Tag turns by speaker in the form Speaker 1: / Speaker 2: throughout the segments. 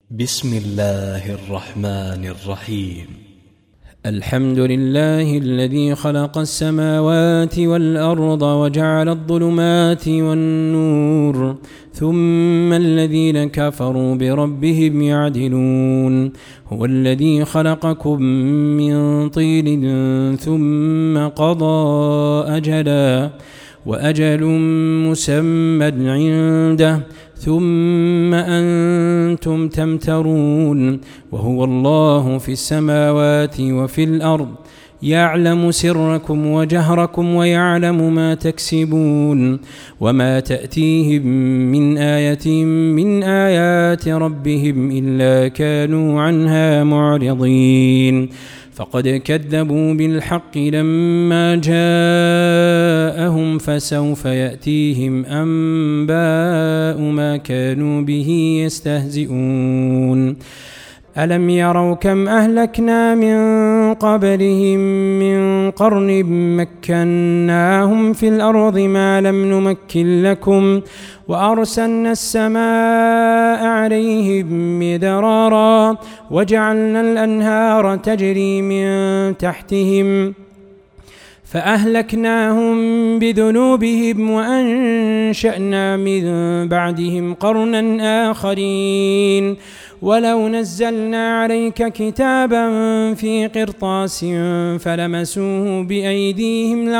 Speaker 1: بسم الله الرحمن الرحيم.
Speaker 2: الحمد لله الذي خلق السماوات والأرض وجعل الظلمات والنور، ثم الذين كفروا بربهم يعدلون. هو الذي خلقكم من طين ثم قضى أجلا، وأجل مسمى عنده، ثم أنتم تمترون. وهو الله في السماوات وفي الأرض، يعلم سركم وجهركم ويعلم ما تكسبون. وما تأتيهم من آية من آيات ربهم إلا كانوا عنها معرضين. فقد كذبوا بالحق لما جاءهم، فسوف يأتيهم أنباء ما كانوا به يستهزئون. ألم يروا كم أهلكنا من قبلهم من قرن مكناهم في الأرض ما لم نمكن لكم، وأرسلنا السماء عليهم مدرارا، وجعلنا الأنهار تجري من تحتهم فأهلكناهم بذنوبهم، وأنشأنا من بعدهم قرنا آخرين. ولو نزلنا عليك كتابا في قرطاس فلمسوه بأيديهم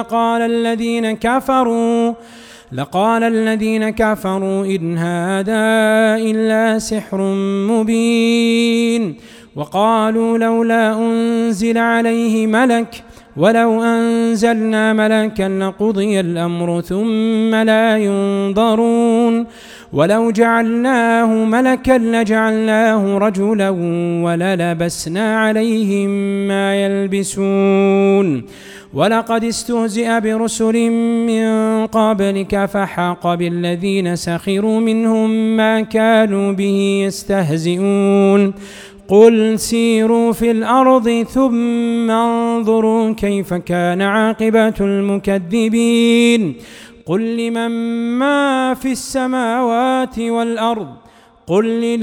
Speaker 2: لقال الذين كفروا إن هذا إلا سحر مبين. وقالوا لولا أنزل عليه ملك، ولو أنزلنا ملكا لقضي الأمر ثم لا ينظرون. ولو جعلناه ملكا لجعلناه رجلا وللبسنا عليهم ما يلبسون. ولقد استهزئ برسل من قبلك فحاق بالذين سخروا منهم ما كانوا به يستهزئون. قل سيروا في الأرض ثم انظروا كيف كان عاقبة المكذبين. قل لمن ما في السماوات والأرض، قل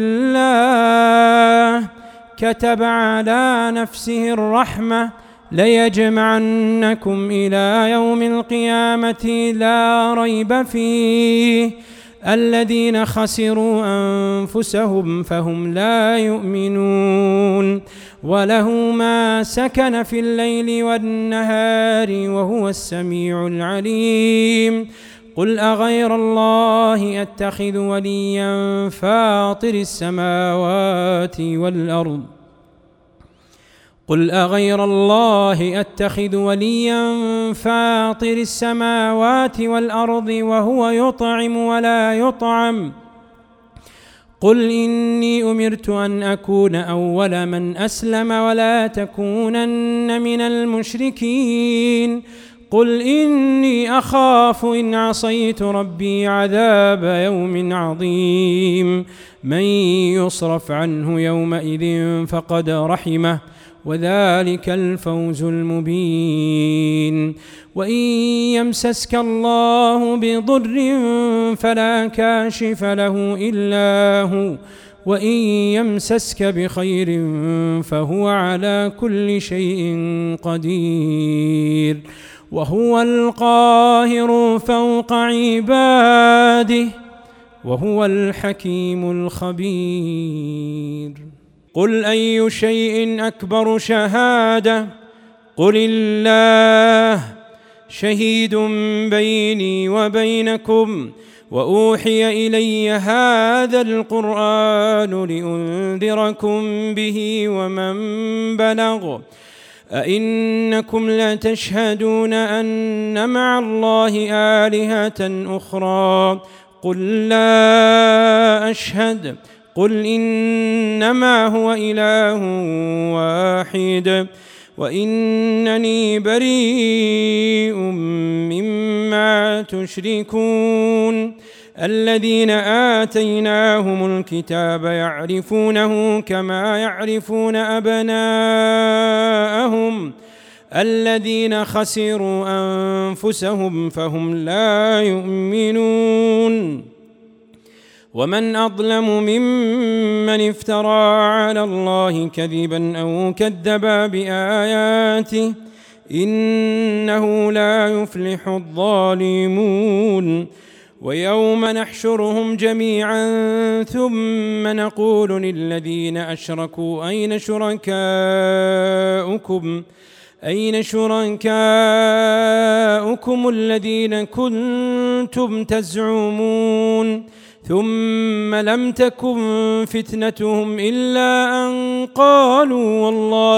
Speaker 2: لله. كتب على نفسه الرحمة ليجمعنكم إلى يوم القيامة لا ريب فيه. الذين خسروا أنفسهم فهم لا يؤمنون. وله ما سكن في الليل والنهار وهو السميع العليم. قل أغير الله أتخذ وليا فاطر السماوات والأرض، قل أغير الله أتخذ وليا فاطر السماوات والأرض وهو يطعم ولا يطعم، قل إني أمرت أن أكون أول من أسلم ولا تكونن من المشركين. قل إني أخاف إن عصيت ربي عذاب يوم عظيم. من يصرف عنه يومئذ فقد رحمه، وذلك الفوز المبين. وإن يمسسك الله بضر فلا كاشف له إلا هو، وإن يمسسك بخير فهو على كل شيء قدير. وهو القاهر فوق عباده، وهو الحكيم الخبير. قل أي شيء أكبر شهادة؟ قل الله شهيد بيني وبينكم، وأوحي إلي هذا القرآن لأنذركم به ومن بلغ. أئنكم لتشهدون أن مع الله آلهة أخرى؟ قل لا أشهد. قل إنما هو إله واحد، وإنني بريء مما تشركون. الذين آتيناهم الكتاب يعرفونه كما يعرفون أبناءهم، الذين خسروا أنفسهم فهم لا يؤمنون. ومن أظلم ممن افترى على الله كذبا أو كذب بآياته إنه لا يفلح الظالمون ويوم نحشرهم جميعا ثم نقول للذين أشركوا أين شركاؤكم الذين كنتم تزعمون ثم لم تكن فتنتهم إلا أن قالوا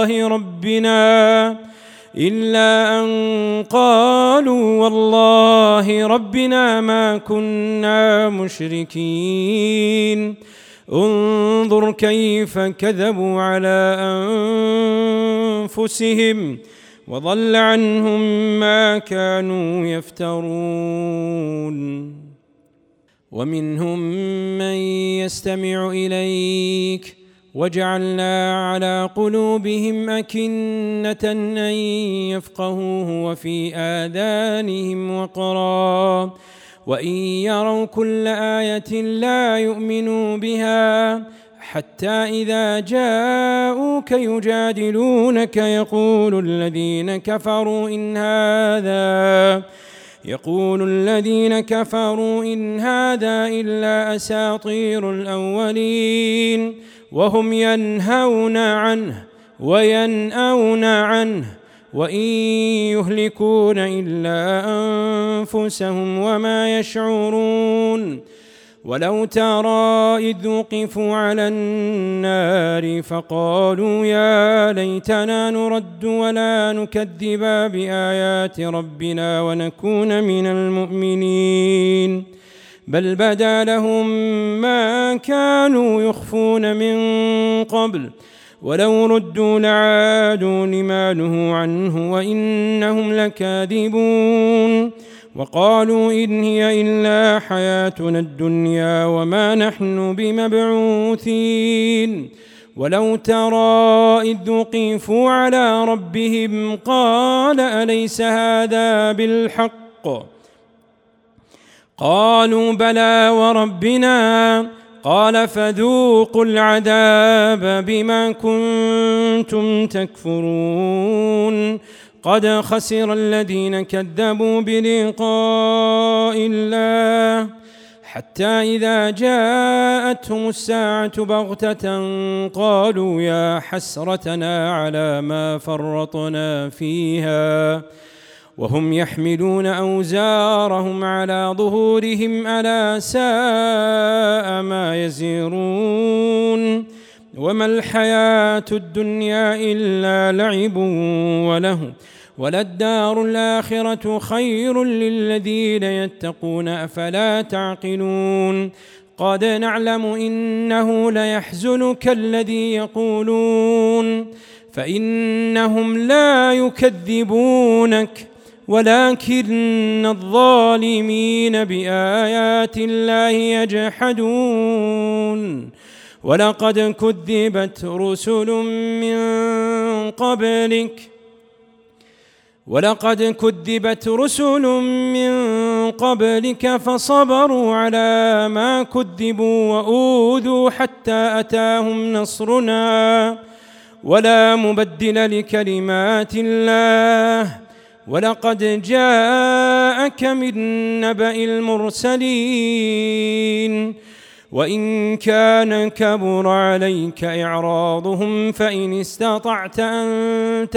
Speaker 2: والله ربنا ما كنا مشركين انظر كيف كذبوا على أنفسهم وضل عنهم ما كانوا يفترون ومنهم من يستمع إليك وجعلنا على قلوبهم أكنة أن يفقهوه وفي آذانهم وقرا وإن يروا كل آية لا يؤمنوا بها حتى إذا جاءوك يجادلونك يقول الذين كفروا إن هذا إلا أساطير الأولين وهم ينهون عنه وينأون عنه وإن يهلكون إلا أنفسهم وما يشعرون ولو ترى إذ وقفوا على النار فقالوا يا ليتنا نرد ولا نكذب بآيات ربنا ونكون من المؤمنين بل بدا لهم ما كانوا يخفون من قبل ولو ردوا لعادوا لما نهوا عنه وإنهم لكاذبون وقالوا إن هي إلا حياتنا الدنيا وما نحن بمبعوثين ولو ترى إذ وقفوا على ربهم قال أليس هذا بالحق قالوا بلى وربنا قال فذوقوا العذاب بما كنتم تكفرون قد خسر الذين كذبوا بلقاء الله حتى إذا جاءتهم الساعة بغتة قالوا يا حسرتنا على ما فرطنا فيها وهم يحملون أوزارهم على ظهورهم ألا ساء ما يزرون وما الحياة الدنيا إلا لعب وله وللدار الآخرة خير للذين يتقون أفلا تعقلون قد نعلم إنه ليحزنك الذي يقولون فإنهم لا يكذبونك ولكن الظالمين بآيات الله يجحدون ولقد كذبت رسل من قبلك فصبروا على ما كذبوا وأوذوا حتى أتاهم نصرنا ولا مبدل لكلمات الله ولقد جاءك من نبأ المرسلين وإن كان كبر عليك إعراضهم فإن استطعت أن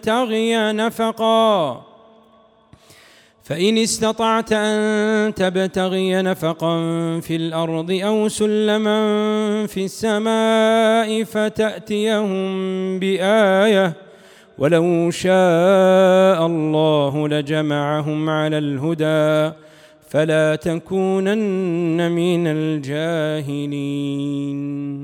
Speaker 2: تبتغي نفقا في الأرض أو سلما في السماء فتأتيهم بآية ولو شاء الله لجمعهم على الهدى فلا تكونن من الجاهلين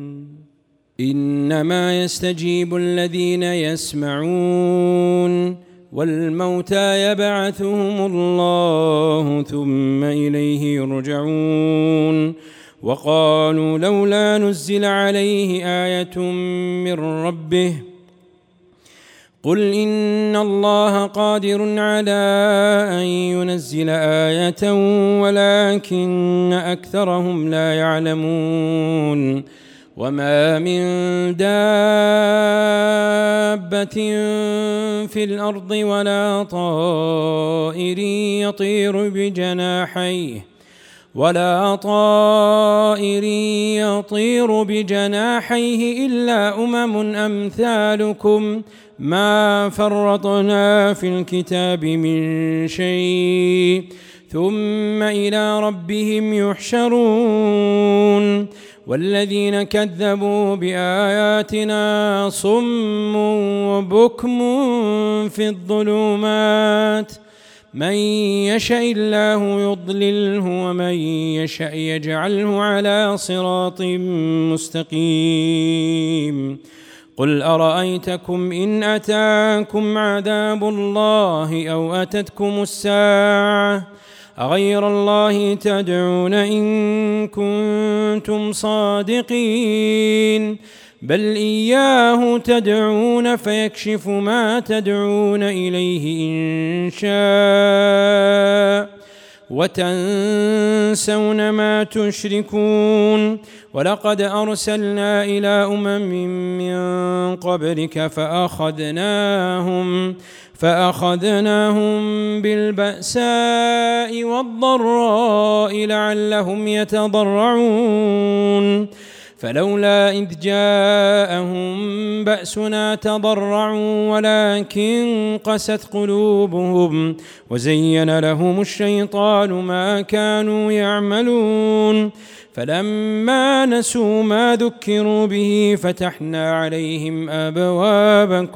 Speaker 2: إنما يستجيب الذين يسمعون والموتى يبعثهم الله ثم إليه يرجعون وقالوا لولا نزل عليه آية من ربه قل إن الله قادر على أن ينزل آية ولكن أكثرهم لا يعلمون وما من دابة في الأرض ولا طائر يطير بجناحيه إلا أمثالكم ما فرطنا في الكتاب من شيء ثم إلى ربهم يحشرون والذين كذبوا بآياتنا صم وبكم في الظلمات من يشاء الله يضلله ومن يشاء يجعله على صراط مستقيم قل أرأيتكم إن أتاكم عذاب الله أو أتتكم الساعة أغير الله تدعون إن كنتم صادقين بل إياه تدعون فيكشف ما تدعون إليه إن شاء وتنسون ما تشركون ولقد أرسلنا إلى من قبلك فأخذناهم بالبأساء والضراء لعلهم يتضرعون فلولا إذ جاءهم بأسنا تضرعوا ولكن قست قلوبهم وزين لهم الشيطان ما كانوا يعملون فلما نسوا ما ذكروا به فتحنا عليهم أبواب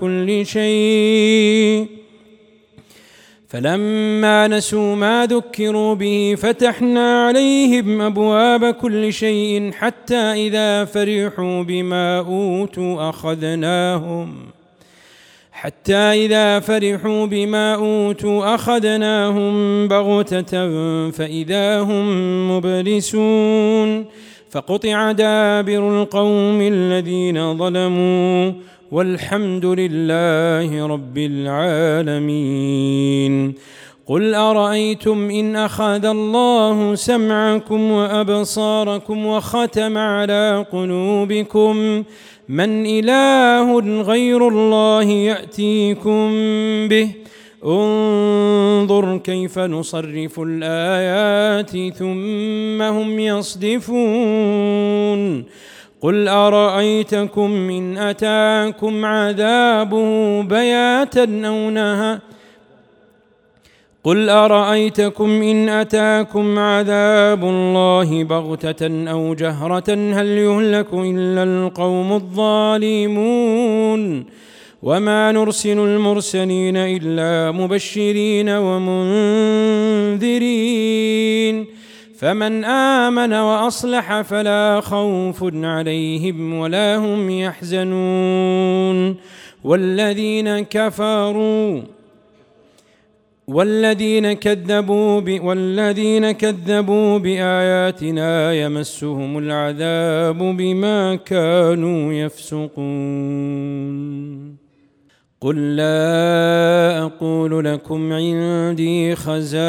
Speaker 2: كل شيء حتى إذا فرحوا بما أوتوا أخذناهم بغتة فإذا هم مبلسون فقطع دابر القوم الذين ظلموا والحمد لله رب العالمين قل أرأيتم إن أخذ الله سمعكم وأبصاركم وختم على قلوبكم من إله غير الله يأتيكم به انظر كيف نصرف الآيات ثم هم يصدفون قل أرأيتكم إن أتاكم عذابه بياتا أو نهارا قل أرأيتكم إن أتاكم عذاب الله بغتة أو جهرة هل يهلك إلا القوم الظالمون وما نرسل المرسلين إلا مبشرين ومنذرين فمن آمن وأصلح فلا خوف عليهم ولا هم يحزنون والذين كذبوا بآياتنا يمسهم العذاب بما كانوا يفسقون قل لا أقول لكم عندي خزائن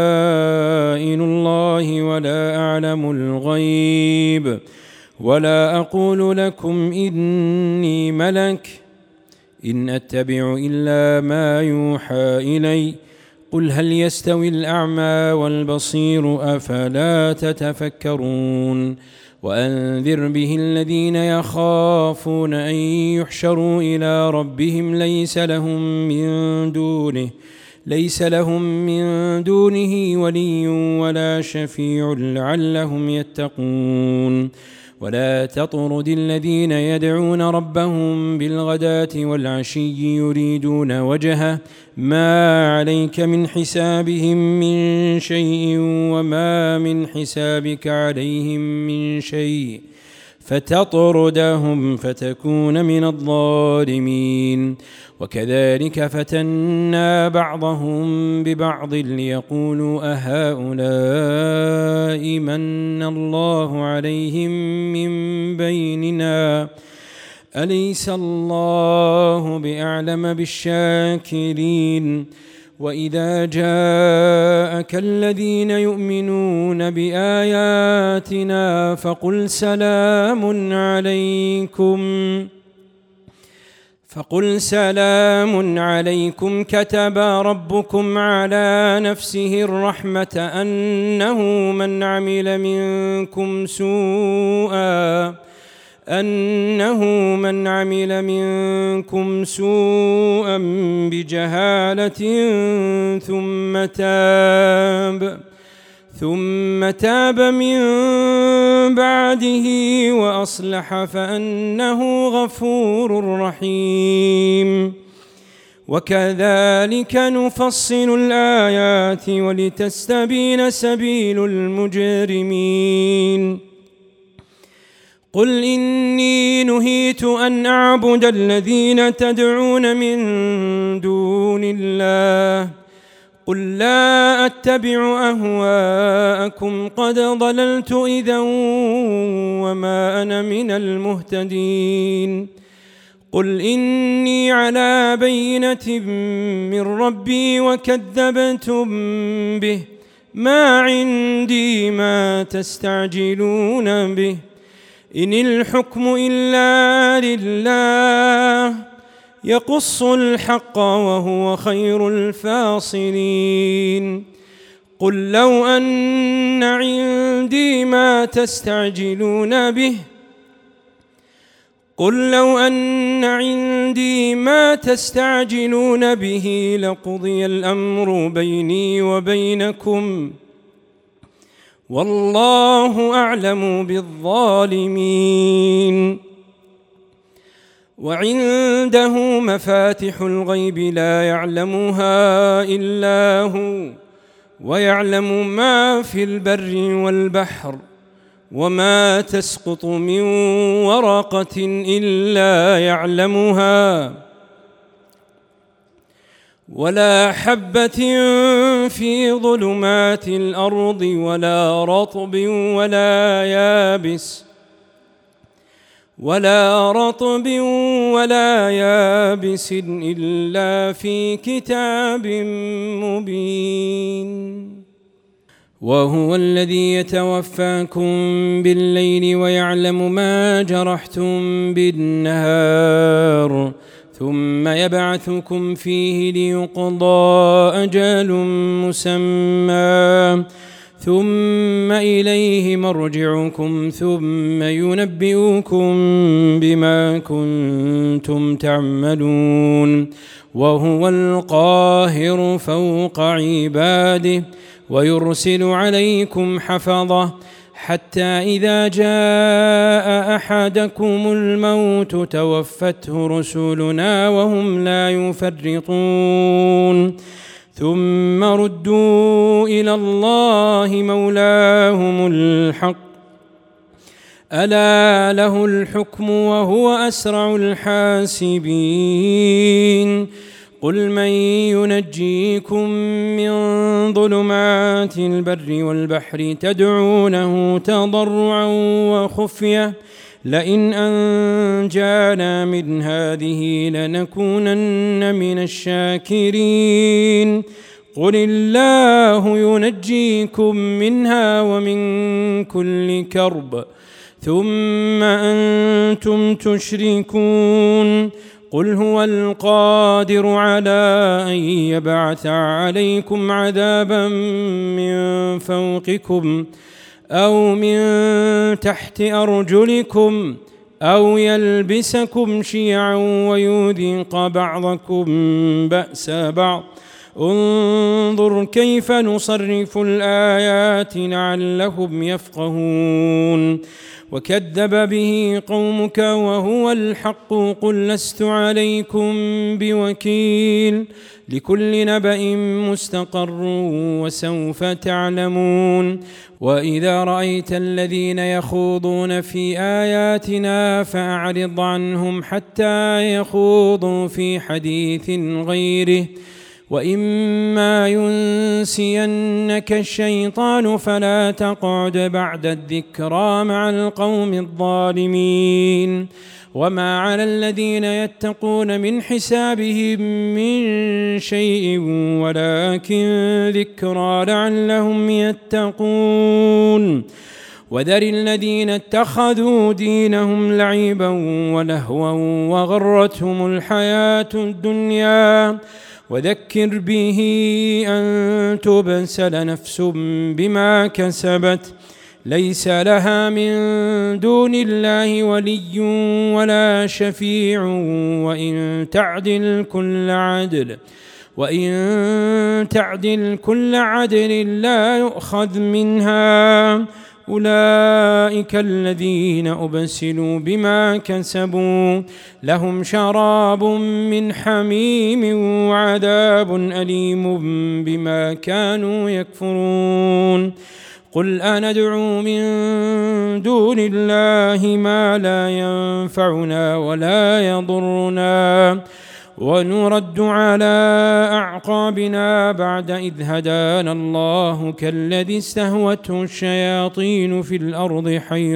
Speaker 2: الله ولا أعلم الغيب ولا أقول لكم إني ملك إن أتبع إلا ما يوحى إلي قل هل يستوي الأعمى والبصير أفلا تتفكرون وأنذر به الذين يخافون أن يحشروا إلى ربهم ليس لهم من دونه ولي ولا شفيع لعلهم يتقون ولا تطرد الذين يدعون ربهم بالغداة والعشي يريدون وجهه ما عليك من حسابهم من شيء وما من حسابك عليهم من شيء فتطردهم فتكون من الظالمين وكذلك فتنا بعضهم ببعض ليقولوا أهؤلاء من الله عليهم من بيننا أليس الله بأعلم بالشاكرين وإذا جاءك الذين يؤمنون بآياتنا فقل سلام عليكم كتب ربكم على نفسه الرحمة أنه من عمل منكم سوءا بجهالة ثم تاب من بعده وأصلح فأنه غفور رحيم وكذلك نفصل الآيات ولتستبين سبيل المجرمين قل إني نهيت أن أعبد الذين تدعون من دون الله قل لا أتبع أهواءكم قد ضللت إذا وما أنا من المهتدين قل إني على بينة من ربي وكذبتم به ما عندي ما تستعجلون به إن الحكم إلا لله يقص الحق وهو خير الفاصلين قل لو أن عندي ما تستعجلون به لقضي الأمر بيني وبينكم والله أعلم بالظالمين وعنده مفاتح الغيب لا يعلمها إلا هو ويعلم ما في البر والبحر وما تسقط من ورقة إلا يعلمها ولا حبة في ظلمات الأرض ولا رطب ولا يابس إلا في كتاب مبين وهو الذي يتوفاكم بالليل ويعلم ما جرحتم بالنهار ثم يبعثكم فيه ليقضى أجل مسمى ثم إليه مرجعكم ثم ينبئكم بما كنتم تعملون وهو القاهر فوق عباده ويرسل عليكم حفظة حتى إذا جاء أحدكم الموت توفته رسلنا وهم لا يفرطون ثم ردوا إلى الله مولاهم الحق ألا له الحكم وهو أسرع الحاسبين قل من ينجيكم من ظلمات البر والبحر تدعونه تضرعا وخفية لئن أنجانا من هذه لنكونن من الشاكرين قل الله ينجيكم منها ومن كل كرب ثم أنتم تشركون قل هو القادر على أن يبعث عليكم عذابا من فوقكم أو من تحت أرجلكم أو يلبسكم شيعا ويذيق بعضكم بأس بعض انظر كيف نصرف الآيات لعلهم يفقهون وكذب به قومك وهو الحق قل لست عليكم بوكيل لكل نبأ مستقر وسوف تعلمون وإذا رأيت الذين يخوضون في آياتنا فأعرض عنهم حتى يخوضوا في حديث غيره وإما ينسينك الشيطان فلا تقعد بعد الذكرى مع القوم الظالمين وما على الذين يتقون من حسابهم من شيء ولكن ذكرى لعلهم يتقون وذر الذين اتخذوا دينهم لعبا ولهوا وغرتهم الحياة الدنيا وذكر به أن تبسل نفس بما كسبت ليس لها من دون الله ولي ولا شفيع وإن تعدل كل عدل لا يؤخذ منها أولئك الذين أبسلوا بما كسبوا لهم شراب من حميم وعذاب أليم بما كانوا يكفرون قل أندعو من دون الله ما لا ينفعنا ولا يضرنا ونرد على أعقابنا بعد إذ هدانا الله كالذي استهوته الشياطين في الأرض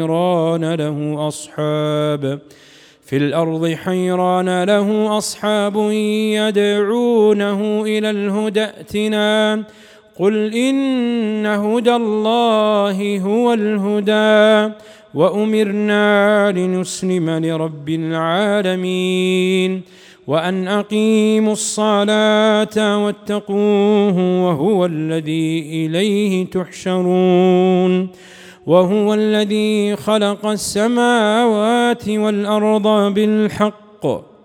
Speaker 2: حيران له أصحاب يدعونه إلى الهدى ائتنا قل إن هدى الله هو الهدى وأمرنا لنسلم لرب العالمين وأن أقيموا الصلاة واتقوه وهو الذي إليه تحشرون وهو الذي خلق السماوات والأرض بالحق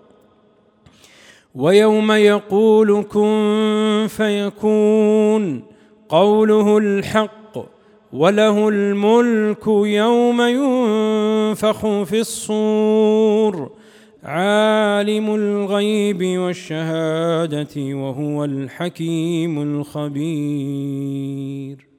Speaker 2: ويوم يقول كن فيكون قوله الحق وله الملك يوم ينفخ في الصور عالم الغيب والشهادة وهو الحكيم الخبير.